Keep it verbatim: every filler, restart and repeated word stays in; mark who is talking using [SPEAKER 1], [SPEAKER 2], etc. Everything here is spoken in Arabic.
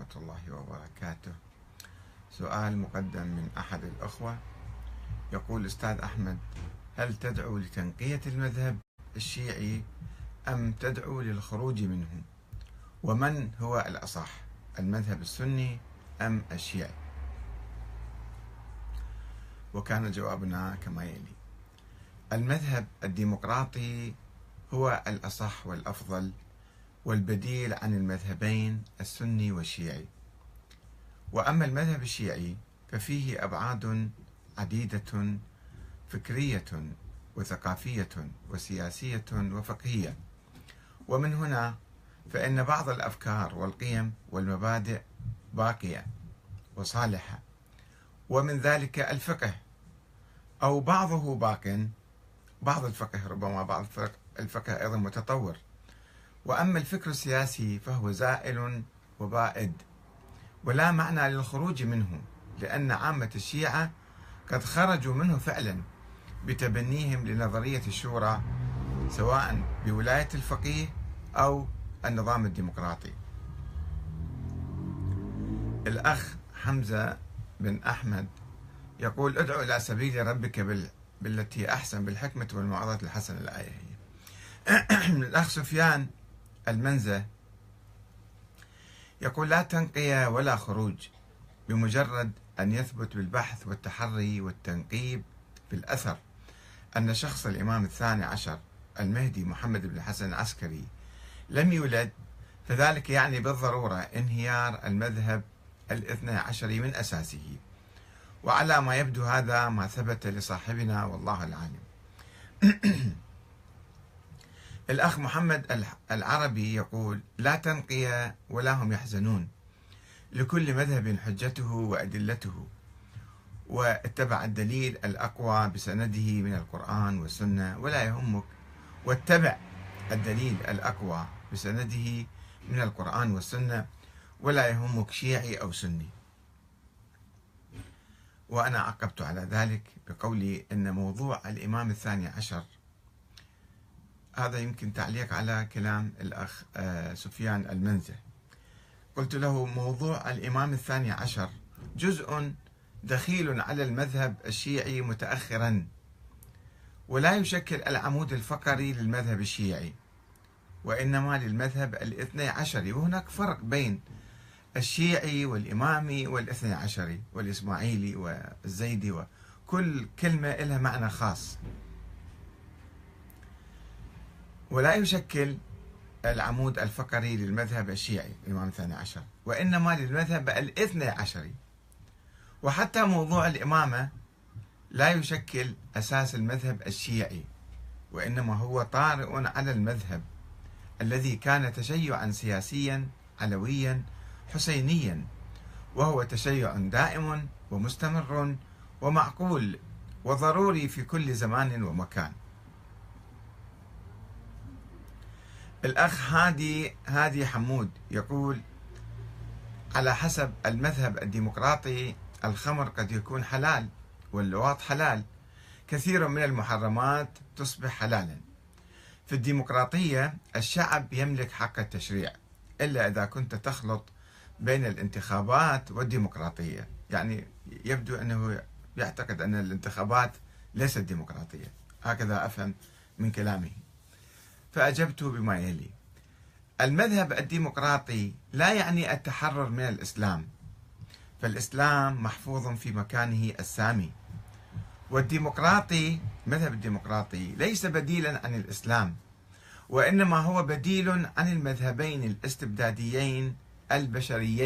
[SPEAKER 1] الله وبركاته. سؤال مقدم من أحد الأخوة يقول: أستاذ أحمد، هل تدعو لتنقية المذهب الشيعي أم تدعو للخروج منه؟ ومن هو الأصح، المذهب السني أم الشيعي؟ وكان جوابنا كما يلي: المذهب الديمقراطي هو الأصح والأفضل والبديل عن المذهبين السني والشيعي. وأما المذهب الشيعي ففيه أبعاد عديدة فكرية وثقافية وسياسية وفقهية، ومن هنا فإن بعض الأفكار والقيم والمبادئ باقية وصالحة، ومن ذلك الفقه، أو بعضه باق، بعض الفقه ربما بعض الفقه أيضا متطور. وأما الفكر السياسي فهو زائل وبائد، ولا معنى للخروج منه، لأن عامة الشيعة قد خرجوا منه فعلا بتبنيهم لنظرية الشورى، سواء بولاية الفقيه أو النظام الديمقراطي. الأخ حمزة بن أحمد يقول: ادعو إلى سبيل ربك بال... بالتي أحسن بالحكمة والموعظة الحسنة. الآية هي. الأخ سفيان المنزه يقول: لا تنقية ولا خروج، بمجرد أن يثبت بالبحث والتحري والتنقيب في الأثر أن شخص الإمام الثاني عشر المهدي محمد بن الحسن العسكري لم يولد، فذلك يعني بالضرورة انهيار المذهب الاثني عشري من أساسه. وعلى ما يبدو هذا ما ثبت لصاحبنا والله العالم. الأخ محمد العربي يقول: لا تنقية ولا هم يحزنون، لكل مذهب حجته وأدلته، واتبع الدليل الأقوى بسنده من القرآن والسنة ولا يهمك، واتبع الدليل الأقوى بسنده من القرآن والسنة ولا يهمك شيعي أو سني. وأنا عقبت على ذلك بقولي أن موضوع الإمام الثاني عشر، هذا يمكن تعليق على كلام الأخ سفيان المنزه، قلت له: موضوع الإمام الثاني عشر جزء دخيل على المذهب الشيعي متأخرا، ولا يشكل العمود الفقري للمذهب الشيعي، وإنما للمذهب الاثني عشري. وهناك فرق بين الشيعي والإمامي والاثني عشري والإسماعيلي والزيدي، وكل كلمة لها معنى خاص، ولا يشكل العمود الفقري للمذهب الشيعي الإمام الثاني عشر، وإنما للمذهب الاثني عشري. وحتى موضوع الإمامة لا يشكل أساس المذهب الشيعي، وإنما هو طارئ على المذهب الذي كان تشيعا سياسيا علويا حسينيا، وهو تشيع دائم ومستمر ومعقول وضروري في كل زمان ومكان. الأخ هادي هادي حمود يقول: على حسب المذهب الديمقراطي الخمر قد يكون حلال واللواط حلال، كثير من المحرمات تصبح حلالا. في الديمقراطية الشعب يملك حق التشريع، إلا إذا كنت تخلط بين الانتخابات والديمقراطية. يعني يبدو أنه يعتقد أن الانتخابات ليست ديمقراطية، هكذا أفهم من كلامه. فأجبت بما يلي: المذهب الديمقراطي لا يعني التحرر من الإسلام، فالإسلام محفوظ في مكانه السامي، والديمقراطي المذهب الديمقراطي ليس بديلا عن الإسلام، وإنما هو بديل عن المذهبين الاستبداديين البشريين